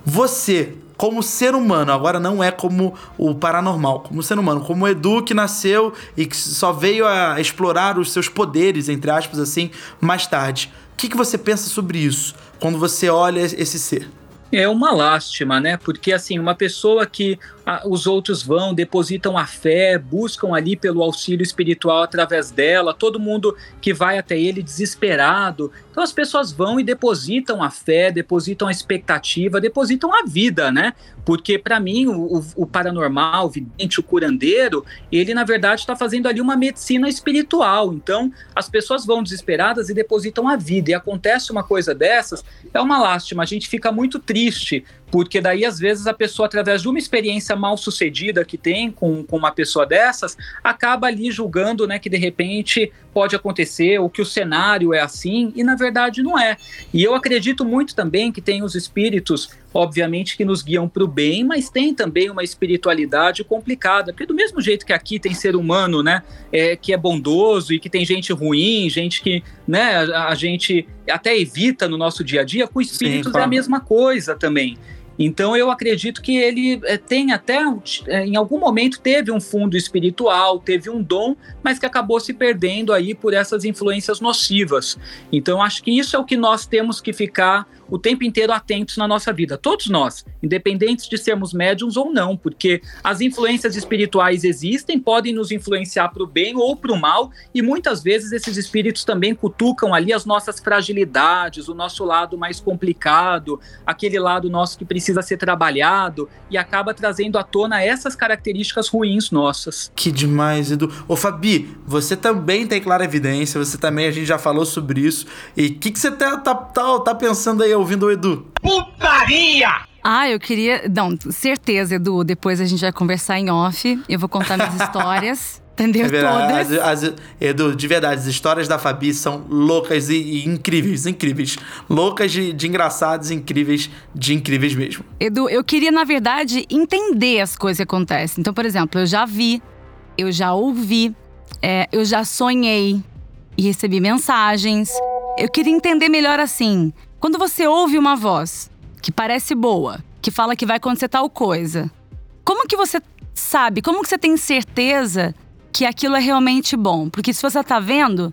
Você, como ser humano, agora não é como o paranormal, como ser humano, como o Edu que nasceu e que só veio a explorar os seus poderes, entre aspas, assim, mais tarde. O que, que você pensa sobre isso, quando você olha esse ser? É uma lástima, né? Porque, assim, uma pessoa que a, os outros vão, depositam a fé, buscam ali pelo auxílio espiritual através dela, todo mundo que vai até ele desesperado. Então as pessoas vão e depositam a fé, depositam a expectativa, depositam a vida, né? Porque, para mim, o, o paranormal, o vidente, o curandeiro, ele, na verdade, está fazendo ali uma medicina espiritual. Então, as pessoas vão desesperadas e depositam a vida. E acontece uma coisa dessas, é uma lástima. A gente fica muito triste, porque daí, às vezes, a pessoa, através de uma experiência mal sucedida que tem com, com uma pessoa dessas, acaba ali julgando, né, que, de repente, pode acontecer, ou que o cenário é assim, e, na verdade, não é. E eu acredito muito também que tem os espíritos, obviamente, que nos guiam para o bem, mas tem também uma espiritualidade complicada, porque do mesmo jeito que aqui tem ser humano, né, é, que é bondoso e que tem gente ruim, gente que, né, a, a gente até evita no nosso dia a dia, com espíritos Sim, é a mesma coisa também. Então eu acredito que ele é, tem até, é, em algum momento teve um fundo espiritual, teve um dom, mas que acabou se perdendo aí por essas influências nocivas. Então acho que isso é o que nós temos que ficar o tempo inteiro atentos na nossa vida, todos nós, independentes de sermos médiums ou não, porque as influências espirituais existem, podem nos influenciar para o bem ou para o mal, e muitas vezes esses espíritos também cutucam ali as nossas fragilidades, o nosso lado mais complicado, aquele lado nosso que precisa ser trabalhado, e acaba trazendo à tona essas características ruins nossas. Que demais, Edu. Ô Fabi, você também tem clarividência, você também, a gente já falou sobre isso, e o que, que você tá, tá, tá, tá pensando aí ouvindo o Edu? Putaria! Ah, eu queria... Não, certeza, Edu. Depois a gente vai conversar em off. Eu vou contar minhas histórias. Entendeu? É verdade. Todas. As, as, Edu, de verdade, as histórias da Fabi são loucas e, e incríveis, incríveis. Loucas de, de engraçados, incríveis, de incríveis mesmo. Edu, eu queria, na verdade, entender as coisas que acontecem. Então, por exemplo, eu já vi, eu já ouvi, é, eu já sonhei e recebi mensagens. Eu queria entender melhor assim... Quando você ouve uma voz que parece boa, que fala que vai acontecer tal coisa, como que você sabe, como que você tem certeza que aquilo é realmente bom? Porque se você tá vendo,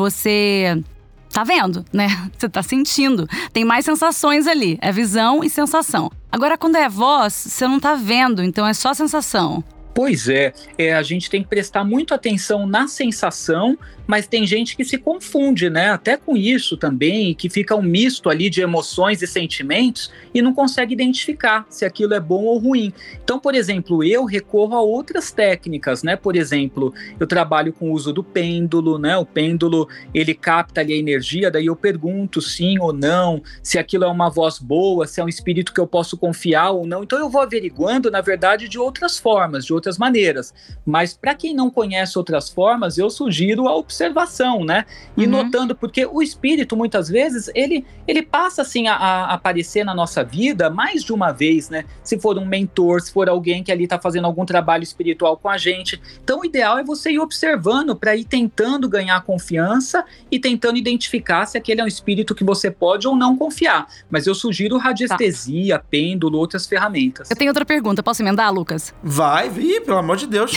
você tá vendo, né? Você tá sentindo. Tem mais sensações ali, é visão e sensação. Agora, quando é voz, você não tá vendo, então é só sensação. Pois é, é, a gente tem que prestar muito atenção na sensação, mas tem gente que se confunde, né, até com isso também, que fica um misto ali de emoções e sentimentos e não consegue identificar se aquilo é bom ou ruim. Então, por exemplo, eu recorro a outras técnicas, né, por exemplo, eu trabalho com o uso do pêndulo, né, o pêndulo, ele capta ali a energia, daí eu pergunto sim ou não, se aquilo é uma voz boa, se é um espírito que eu posso confiar ou não. Então eu vou averiguando, na verdade, de outras formas, de outras maneiras. Mas para quem não conhece outras formas, eu sugiro a observação, né? E uhum. notando, porque o espírito, muitas vezes, ele, ele passa, assim, a, a aparecer na nossa vida mais de uma vez, né? Se for um mentor, se for alguém que ali está fazendo algum trabalho espiritual com a gente. Então, o ideal é você ir observando para ir tentando ganhar confiança e tentando identificar se aquele é um espírito que você pode ou não confiar. Mas eu sugiro radiestesia, tá. pêndulo, outras ferramentas. Eu tenho outra pergunta. Posso emendar, Lucas? Vai, vi, pelo amor de Deus.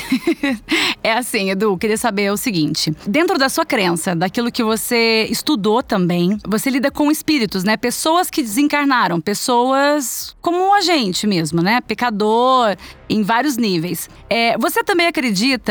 É assim, Edu, queria saber o seguinte. Dentro da sua crença, daquilo que você estudou também, você lida com espíritos, né? Pessoas que desencarnaram, pessoas como a gente mesmo, né? Pecador, em vários níveis. É, você também acredita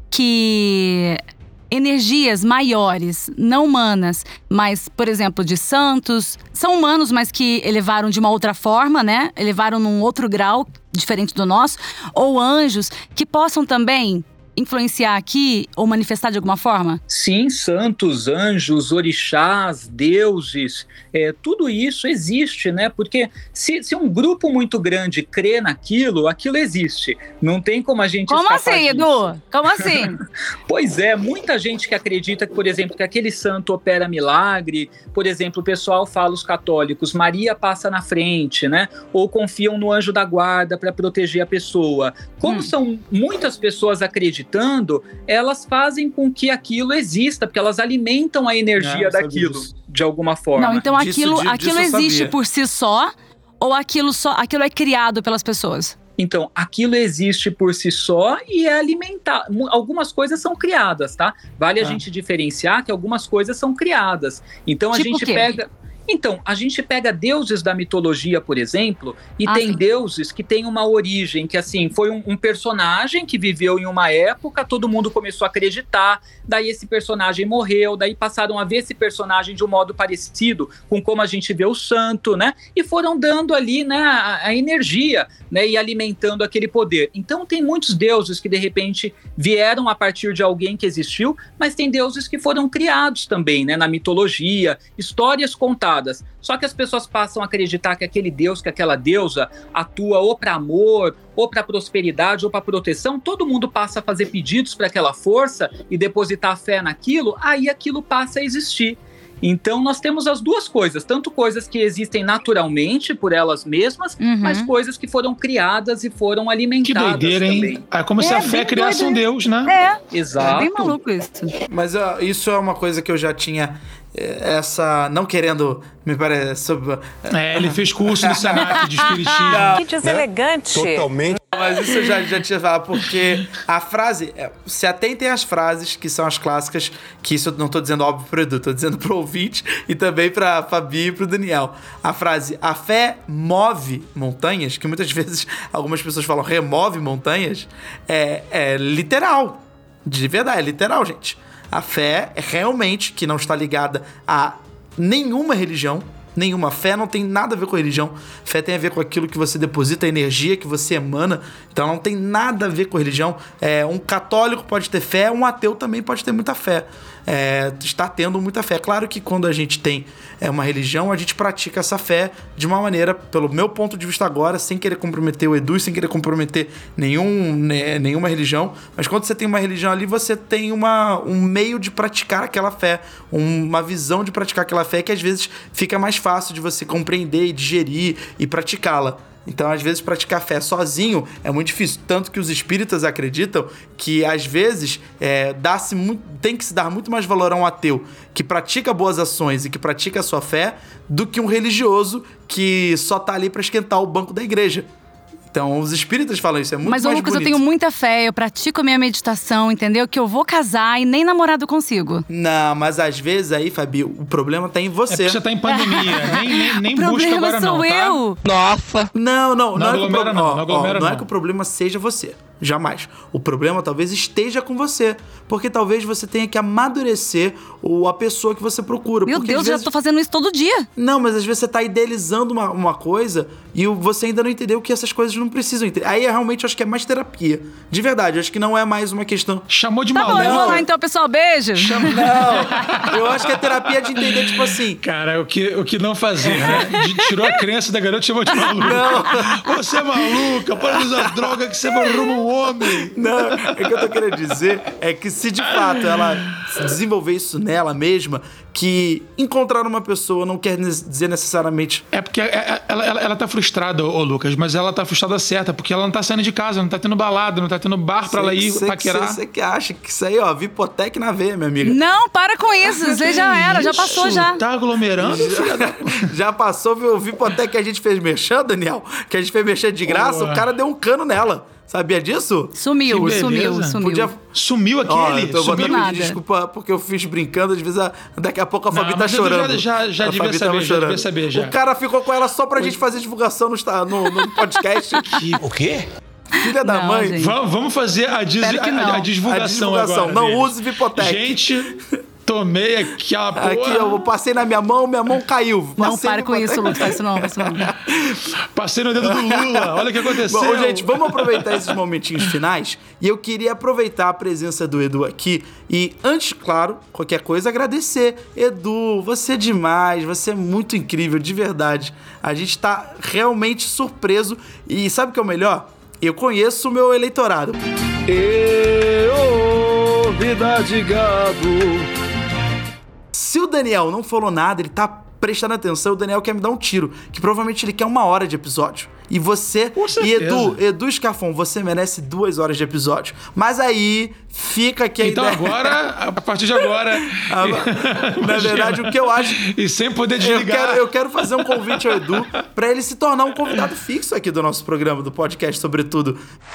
que energias maiores, não humanas, mas, por exemplo, de santos, são humanos, mas que elevaram de uma outra forma, né? Elevaram num outro grau, diferente do nosso, ou anjos que possam também influenciar aqui ou manifestar de alguma forma? Sim, santos, anjos, orixás, deuses, é, tudo isso existe, né? Porque se, se um grupo muito grande crê naquilo, aquilo existe. Não tem como a gente Como escapar assim, disso. Edu? Como assim? Pois é, muita gente que acredita que, por exemplo, que aquele santo opera milagre, por exemplo, o pessoal fala, os católicos, Maria passa na frente, né? Ou confiam no anjo da guarda para proteger a pessoa. Como hum. são muitas pessoas acreditando, elas fazem com que aquilo exista, porque elas alimentam a energia é, daquilo, de alguma forma. Não, então aquilo, disso, aquilo disso existe por si só, ou aquilo, só, aquilo é criado pelas pessoas? Então, aquilo existe por si só e é alimentado. Algumas coisas são criadas, tá? Vale a ah. gente diferenciar que algumas coisas são criadas. Então, tipo a gente o quê? pega... Então, a gente pega deuses da mitologia, por exemplo, e ah, tem sim. deuses que têm uma origem, que assim, foi um, um personagem que viveu em uma época, todo mundo começou a acreditar, daí esse personagem morreu, daí passaram a ver esse personagem de um modo parecido com como a gente vê o santo, né? E foram dando ali, né, a, a energia, né, e alimentando aquele poder. Então, tem muitos deuses que, de repente, vieram a partir de alguém que existiu, mas tem deuses que foram criados também, né, na mitologia, histórias contadas. Só que as pessoas passam a acreditar que aquele deus, que aquela deusa atua ou para amor, ou para prosperidade, ou para proteção. Todo mundo passa a fazer pedidos para aquela força e depositar fé naquilo, aí aquilo passa a existir. Então nós temos as duas coisas, tanto coisas que existem naturalmente por elas mesmas, uhum. mas coisas que foram criadas e foram alimentadas. Que doideira, também. hein? É como é, se a fé criasse um Deus, né? É, exato. É bem maluco isso. Mas uh, isso é uma coisa que eu já tinha... Essa... Não querendo... Me parece... Sobre, é, ele fez curso no Senac de espiritismo. Não, que deselegante. Né? Totalmente. Mas isso eu já, já tinha falado, porque a frase... Se atentem às frases, que são as clássicas, que isso eu não tô dizendo óbvio pro Edu, tô dizendo pro ouvinte e também pra Fabi e pro Daniel. A frase, a fé move montanhas, que muitas vezes algumas pessoas falam remove montanhas, é, é literal. De verdade, é literal, gente. A fé é realmente, que não está ligada a nenhuma religião, nenhuma fé não tem nada a ver com religião. Fé tem a ver com aquilo que você deposita, a energia que você emana. Então não tem nada a ver com religião. É, um católico pode ter fé, um ateu também pode ter muita fé. É, está tendo muita fé. Claro que quando a gente tem é, uma religião, a gente pratica essa fé de uma maneira, pelo meu ponto de vista agora, sem querer comprometer o Edu, sem querer comprometer nenhum, né, nenhuma religião. Mas quando você tem uma religião ali, você tem uma, um meio de praticar aquela fé, uma visão de praticar aquela fé que às vezes fica mais fácil de você compreender e digerir e praticá-la. Então, às vezes, praticar fé sozinho é muito difícil. Tanto que os espíritas acreditam que, às vezes, é, dá-se muito, tem que se dar muito mais valor a um ateu que pratica boas ações e que pratica a sua fé do que um religioso que só tá ali para esquentar o banco da igreja. Então, os espíritas falam isso, é muito Mas, mais Lucas, bonito. eu tenho muita fé, eu pratico a minha meditação, entendeu? Que eu vou casar e nem namorado consigo. Não, mas às vezes aí, Fabi, o problema tá em você. É porque você tá em pandemia, nem, nem, nem busca agora não, sou eu. tá? Nossa! Não, não, não, não é que o pro... não, ó, não, ó, não, não é que o problema seja você. Jamais. O problema talvez esteja com você. Porque talvez você tenha que amadurecer o, a pessoa que você procura. Meu porque, Deus, vezes... já tô fazendo isso todo dia. Não, mas às vezes você tá idealizando uma, uma coisa e você ainda não entendeu que essas coisas não precisam entender. Aí eu realmente acho que é mais terapia. De verdade, eu acho que não é mais uma questão... Chamou de tá maluco. Tá bom, eu vou lá então, pessoal. Beijo. Chama... Não, eu acho que é terapia de entender, tipo assim... Cara, o que, o que não fazer, né? Tirou a crença da garota e chamou de maluco. Não. Você é maluca, para de usar droga que você arruma um homem. Não, é que eu tô querendo dizer é que se de fato ela desenvolver isso nela mesma, que encontrar uma pessoa não quer dizer necessariamente... É porque ela, ela, ela tá frustrada, ô Lucas, mas ela tá frustrada certa, porque ela não tá saindo de casa, não tá tendo balada, não tá tendo bar pra ela ir paquerar. Você que acha que isso aí, ó, Vipotec na veia, minha amiga. Não, para com isso, você já era, já passou já. Tá aglomerando? Já, já passou, viu, o Vipotec que a gente fez merchan, Daniel? Que a gente fez merchan de graça, oh. O cara deu um cano nela. Sabia disso? Sumiu, sumiu, sumiu. Podia... Sumiu aquele? Ó, eu tô sumiu nada. Desculpa porque eu fiz brincando, às vezes a... daqui a pouco a Fabi não, tá chorando. Já, já, já a devia Fabi saber, já chorando. devia saber já. O cara ficou com ela só pra Oi. gente fazer divulgação no, no, no podcast. O quê? Filha da Não, mãe. gente. Va- Vamos fazer a, dis- Espero que a- não. a divulgação, A divulgação. agora. Não deles. use Vipotec. Gente, tomei aquela porra. Aqui, eu passei na minha mão, minha mão caiu. Não, Passei para com Vipotec. isso, Lu. Faz isso não, faz isso não. Passei no dedo do Lula. Olha o que aconteceu. Bom, gente, vamos aproveitar esses momentinhos finais. E eu queria aproveitar a presença do Edu aqui. E antes, claro, qualquer coisa, agradecer. Edu, você é demais, você é muito incrível, de verdade. A gente tá realmente surpreso. E sabe o que é o melhor? Eu conheço o meu eleitorado. Ê, vida de gado. Se o Daniel não falou nada, ele tá prestando atenção, o Daniel quer me dar um tiro, que provavelmente ele quer uma hora de episódio. E você, e Edu, Edu Scafon, você merece duas horas de episódio. Mas aí, fica aqui a então ideia. agora, a partir de agora... Na verdade, o que eu acho... E sem poder Eu desligar... quero, eu quero fazer um convite ao Edu pra ele se tornar um convidado fixo aqui do nosso programa, do podcast, sobretudo.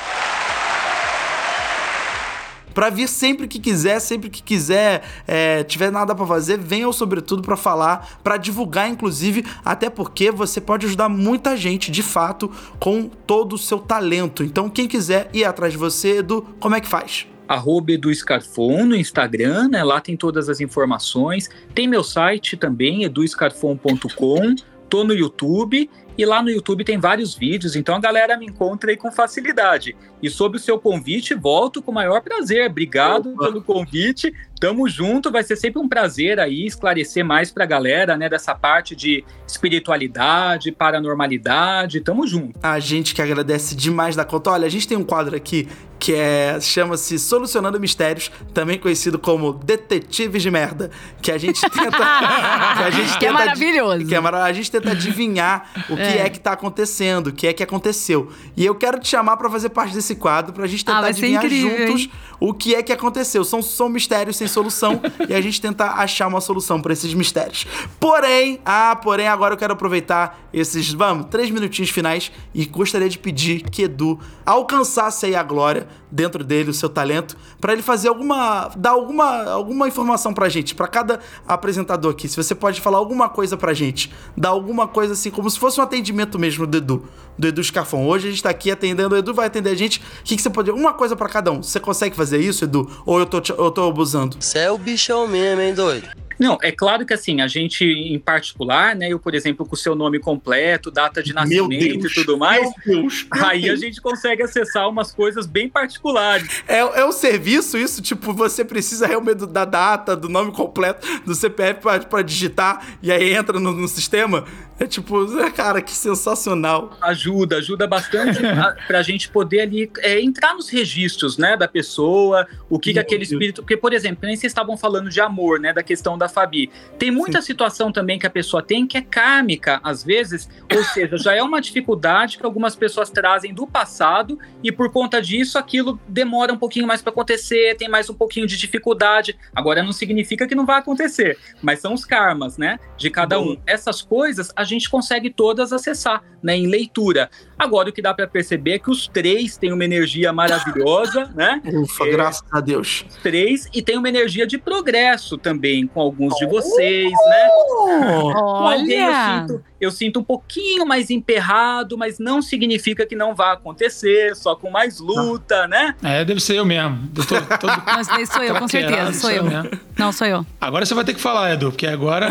Pra vir sempre que quiser, sempre que quiser, é, tiver nada pra fazer, venha ao Sobretudo pra falar, pra divulgar, inclusive, até porque você pode ajudar muita gente, de fato, com todo o seu talento. Então, quem quiser ir atrás de você, Edu, como é que faz? Arroba Edu Scarfon no Instagram, né? Lá tem todas as informações. Tem meu site também, edu scarfon ponto com. Tô no YouTube e lá no YouTube tem vários vídeos, então a galera me encontra aí com facilidade. E sobre o seu convite, volto com o maior prazer. Obrigado Opa. pelo convite. Tamo junto, vai ser sempre um prazer aí esclarecer mais pra galera, né, dessa parte de espiritualidade, paranormalidade. Tamo junto. A gente que agradece demais da conta. Olha, a gente tem um quadro aqui que é, chama-se Solucionando Mistérios, também conhecido como Detetives de Merda, que a gente tenta... que a gente que tenta, é maravilhoso. Que é maravilhoso. A gente tenta adivinhar o que é. é que tá acontecendo, o que é que aconteceu. E eu quero te chamar pra fazer parte desse quadro, pra gente tentar ah, adivinhar incrível, juntos hein? o que é que aconteceu. São, são mistérios sem solução e a gente tentar achar uma solução pra esses mistérios. Porém, ah, porém, agora eu quero aproveitar esses, vamos, três minutinhos finais e gostaria de pedir que Edu alcançasse aí a glória dentro dele, o seu talento, pra ele fazer alguma, dar alguma, alguma informação pra gente, pra cada apresentador aqui. Se você pode falar alguma coisa pra gente, dar alguma coisa assim, como se fosse um atendimento mesmo do Edu, do Edu Scafon. Hoje a gente tá aqui atendendo, o Edu vai atender a gente. O que, que você pode... Uma coisa pra cada um. Você consegue fazer isso, Edu? Ou eu tô, eu tô abusando? Você é o bichão mesmo, hein, doido? Não, é claro que assim, a gente em particular, né, eu, por exemplo, com o seu nome completo, data de nascimento e tudo mais, meu Deus, meu aí Deus. a gente consegue acessar umas coisas bem particulares. É, é um serviço isso? Tipo, você precisa realmente da data, do nome completo, do C P F pra, pra digitar e aí entra no, no sistema? É tipo, cara, que sensacional. Ajuda, ajuda bastante a, pra gente poder ali é, entrar nos registros, né, da pessoa, o que, que aquele espírito... Porque, por exemplo, nem vocês estavam falando de amor, né, da questão da Fabi. Tem muita Sim. situação também que a pessoa tem que é kármica, às vezes, ou seja, já é uma dificuldade que algumas pessoas trazem do passado e por conta disso aquilo demora um pouquinho mais para acontecer, tem mais um pouquinho de dificuldade. Agora não significa que não vai acontecer, mas são os karmas, né, de cada um. Essas coisas a gente consegue todas acessar, né, em leitura. Agora o que dá para perceber é que os três têm uma energia maravilhosa, né? Ufa, é, graças a Deus. Os três, e tem uma energia de progresso também com alguns de vocês, né? Olha! Com alguém eu sinto, eu sinto um pouquinho mais emperrado, mas não significa que não vai acontecer, só com mais luta, ah. né? É, deve ser eu mesmo. Eu tô, tô Mas daí sou eu, com certeza, sou eu. Mesmo. Não, sou eu. Agora você vai ter que falar, Edu, porque agora...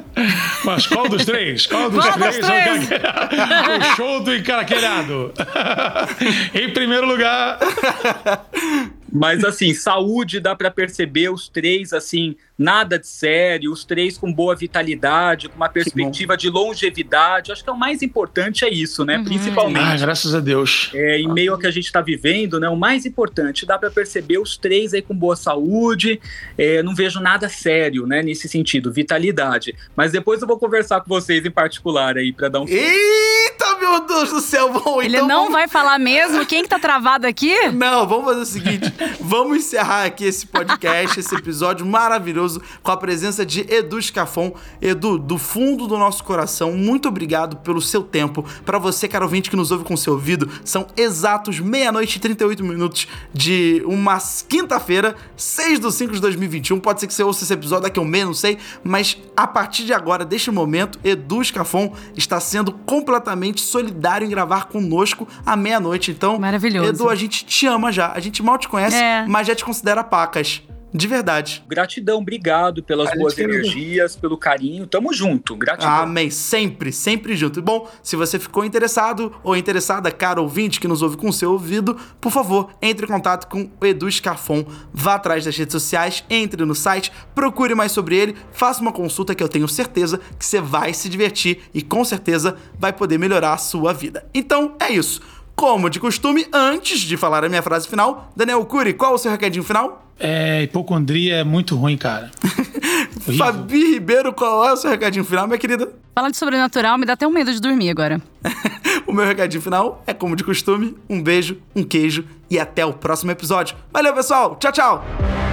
Mas qual dos três? Qual dos qual três? Dos três? O show do encaraquelhado. Em primeiro lugar... Mas assim, saúde dá para perceber os três assim, nada de sério, os três com boa vitalidade, com uma perspectiva de longevidade. Acho que é o mais importante é isso, né? Uhum. Principalmente. Ah, graças a Deus. É, em meio ao que a gente está vivendo, né? O mais importante, dá para perceber os três aí com boa saúde. É, não vejo nada sério, né? Nesse sentido, vitalidade. Mas depois eu vou conversar com vocês em particular aí para dar um. Eita, meu Deus do céu! Bom, Ele então não vamos... vai falar mesmo? Quem que tá travado aqui? Não, vamos fazer o seguinte. Vamos encerrar aqui esse podcast, esse episódio maravilhoso com a presença de Edu Scafon. Edu, do fundo do nosso coração, muito obrigado pelo seu tempo. Para você, cara ouvinte que nos ouve com seu ouvido, são exatos meia-noite e trinta e oito minutos de uma quinta-feira, seis de cinco de dois mil e vinte e um. Pode ser que você ouça esse episódio daqui a um mês, não sei, mas a partir de agora, deste momento, Edu Scafon está sendo completamente solidário em gravar conosco à meia-noite. Então, maravilhoso. Edu, a gente te ama já. A gente mal te conhece, é. mas já te considera pacas. De verdade. Gratidão, obrigado pelas boas energias, pelo carinho. Tamo junto, gratidão. Amém. Sempre, sempre junto. Bom, se você ficou interessado ou interessada, cara ouvinte que nos ouve com o seu ouvido, por favor, entre em contato com o Edu Scarfon. Vá atrás das redes sociais, entre no site, procure mais sobre ele, faça uma consulta que eu tenho certeza que você vai se divertir e com certeza vai poder melhorar a sua vida. Então, é isso. Como de costume, antes de falar a minha frase final, Daniel Cury, qual é o seu recadinho final? É, hipocondria é muito ruim, cara. Fabi Ribeiro, qual é o seu recadinho final, minha querida? Falar de sobrenatural me dá até um medo de dormir agora. O meu recadinho final é, como de costume, um beijo, um queijo e até o próximo episódio. Valeu, pessoal! Tchau, tchau!